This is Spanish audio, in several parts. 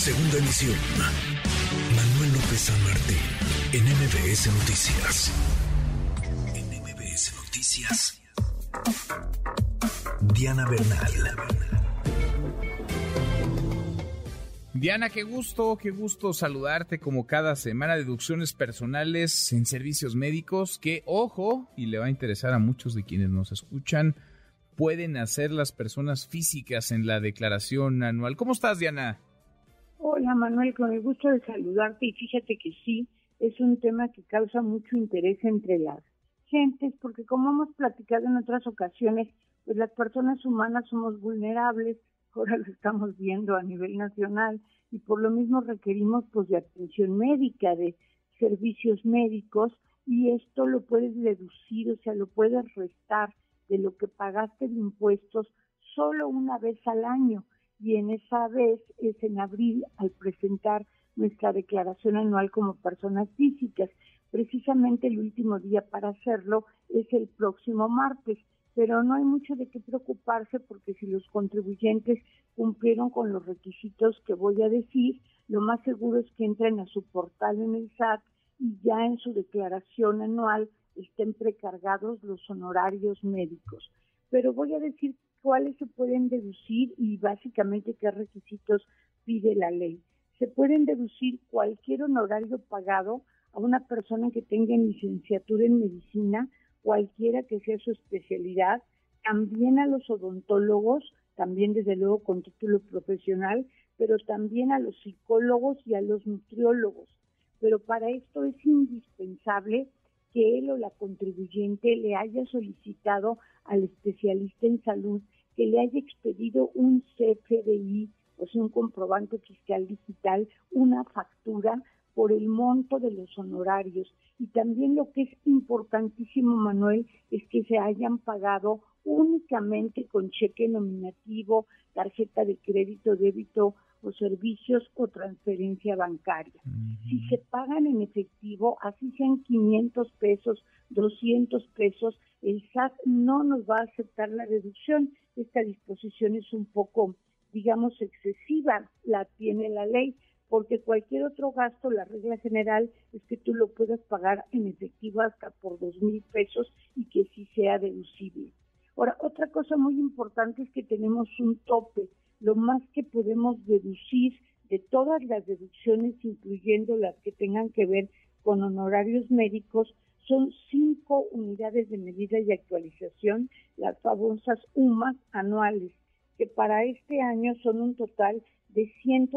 Segunda emisión. Manuel López San Martín, en MBS Noticias. En MBS Noticias. Diana Bernal. Diana, qué gusto saludarte como cada semana. Deducciones personales en servicios médicos que, ojo, y le va a interesar a muchos de quienes nos escuchan, pueden hacer las personas físicas en la declaración anual. ¿Cómo estás, Diana? Hola, Manuel, con el gusto de saludarte, y fíjate que sí, es un tema que causa mucho interés entre las gentes, porque como hemos platicado en otras ocasiones, pues las personas humanas somos vulnerables. Ahora lo estamos viendo a nivel nacional, y por lo mismo requerimos pues de atención médica, de servicios médicos, y esto lo puedes deducir, o sea, lo puedes restar de lo que pagaste de impuestos solo una vez al año, y en esa vez es en abril, al presentar nuestra declaración anual como personas físicas. Precisamente el último día para hacerlo es el próximo martes, pero no hay mucho de qué preocuparse, porque si los contribuyentes cumplieron con los requisitos que voy a decir, lo más seguro es que entren a su portal en el SAT y ya en su declaración anual estén precargados los honorarios médicos. Pero voy a decir cuáles se pueden deducir y básicamente qué requisitos pide la ley. Se pueden deducir cualquier honorario pagado a una persona que tenga licenciatura en medicina, cualquiera que sea su especialidad, también a los odontólogos, también desde luego con título profesional, pero también a los psicólogos y a los nutriólogos. Pero para esto es indispensable que él o la contribuyente le haya solicitado al especialista en salud que le haya expedido un CFDI, o sea, un comprobante fiscal digital, una factura por el monto de los honorarios. Y también lo que es importantísimo, Manuel, es que se hayan pagado únicamente con cheque nominativo, tarjeta de crédito, débito o servicios o transferencia bancaria. Si se pagan en efectivo, así sean 500 pesos, 200 pesos, el SAT no nos va a aceptar la deducción. Esta disposición es un poco, digamos, excesiva, la tiene la ley, porque cualquier otro gasto, la regla general es que tú lo puedas pagar en efectivo hasta por 2,000 pesos y que sí sea deducible. Ahora, otra cosa muy importante es que tenemos un tope. Lo más que podemos deducir de todas las deducciones, incluyendo las que tengan que ver con honorarios médicos, son 5 unidades de medida y actualización, las famosas UMAS anuales, que para este año son un total de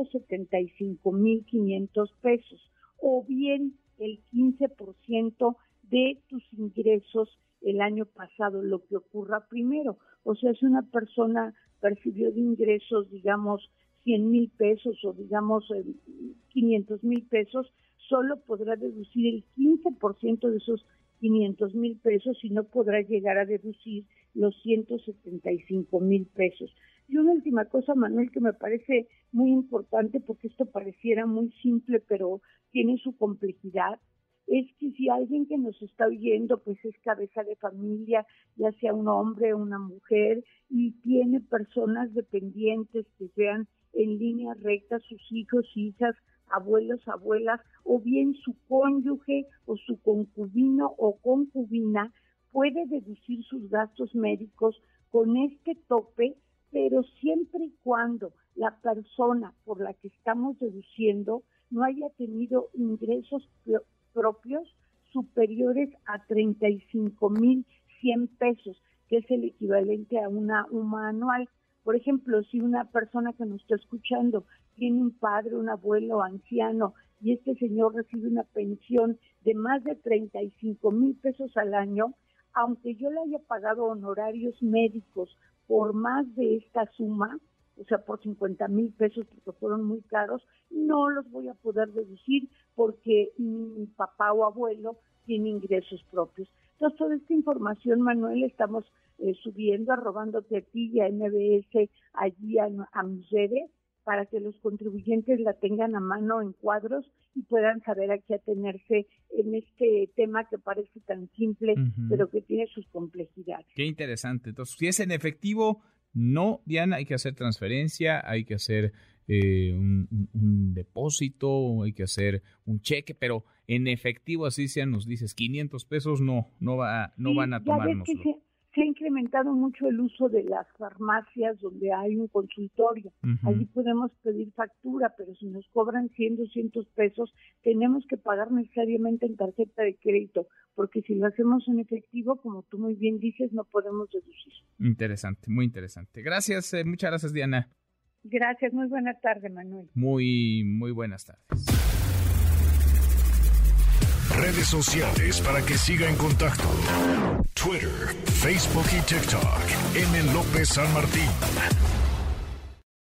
175,500 pesos, o bien el 15% de tus ingresos el año pasado, lo que ocurra primero. O sea, si una persona percibió de ingresos, digamos, 100,000 pesos o digamos 500,000 pesos, solo podrá deducir el 15% de esos 500,000 pesos y no podrá llegar a deducir los 175,000 pesos. Y una última cosa, Manuel, que me parece muy importante, porque esto pareciera muy simple, pero tiene su complejidad, es que si alguien que nos está oyendo, pues es cabeza de familia, ya sea un hombre o una mujer, y tiene personas dependientes que sean en línea recta, sus hijos, hijas, abuelos, abuelas, o bien su cónyuge o su concubino o concubina, puede deducir sus gastos médicos con este tope, pero siempre y cuando la persona por la que estamos deduciendo no haya tenido ingresos propios superiores a 35,100 pesos, que es el equivalente a una UMA anual. Por ejemplo, si una persona que nos está escuchando tiene un padre, un abuelo anciano, y este señor recibe una pensión de más de 35,000 pesos al año, aunque yo le haya pagado honorarios médicos por más de esta suma, o sea, por 50,000 pesos porque fueron muy caros, no los voy a poder deducir porque mi papá o abuelo tiene ingresos propios. Entonces, toda esta información, Manuel, estamos subiendo, arrobándote a ti y a MBS allí a mis redes, para que los contribuyentes la tengan a mano en cuadros y puedan saber a qué atenerse en este tema que parece tan simple, pero que tiene sus complejidades. Qué interesante. Entonces, si es en efectivo, no, Diana, hay que hacer transferencia, hay que hacer un depósito, hay que hacer un cheque, pero en efectivo, así sea, nos dices 500 pesos, no van a tomárnoslo. Se ha incrementado mucho el uso de las farmacias donde hay un consultorio. Allí podemos pedir factura, pero si nos cobran 100, 200 pesos, tenemos que pagar necesariamente en tarjeta de crédito, porque si lo hacemos en efectivo, como tú muy bien dices, no podemos deducir. Interesante, muy interesante. Gracias, muchas gracias, Diana. Gracias, muy buena tarde, Manuel. Muy, muy buenas tardes. Redes sociales para que siga en contacto: Twitter, Facebook y TikTok. M. López San Martín.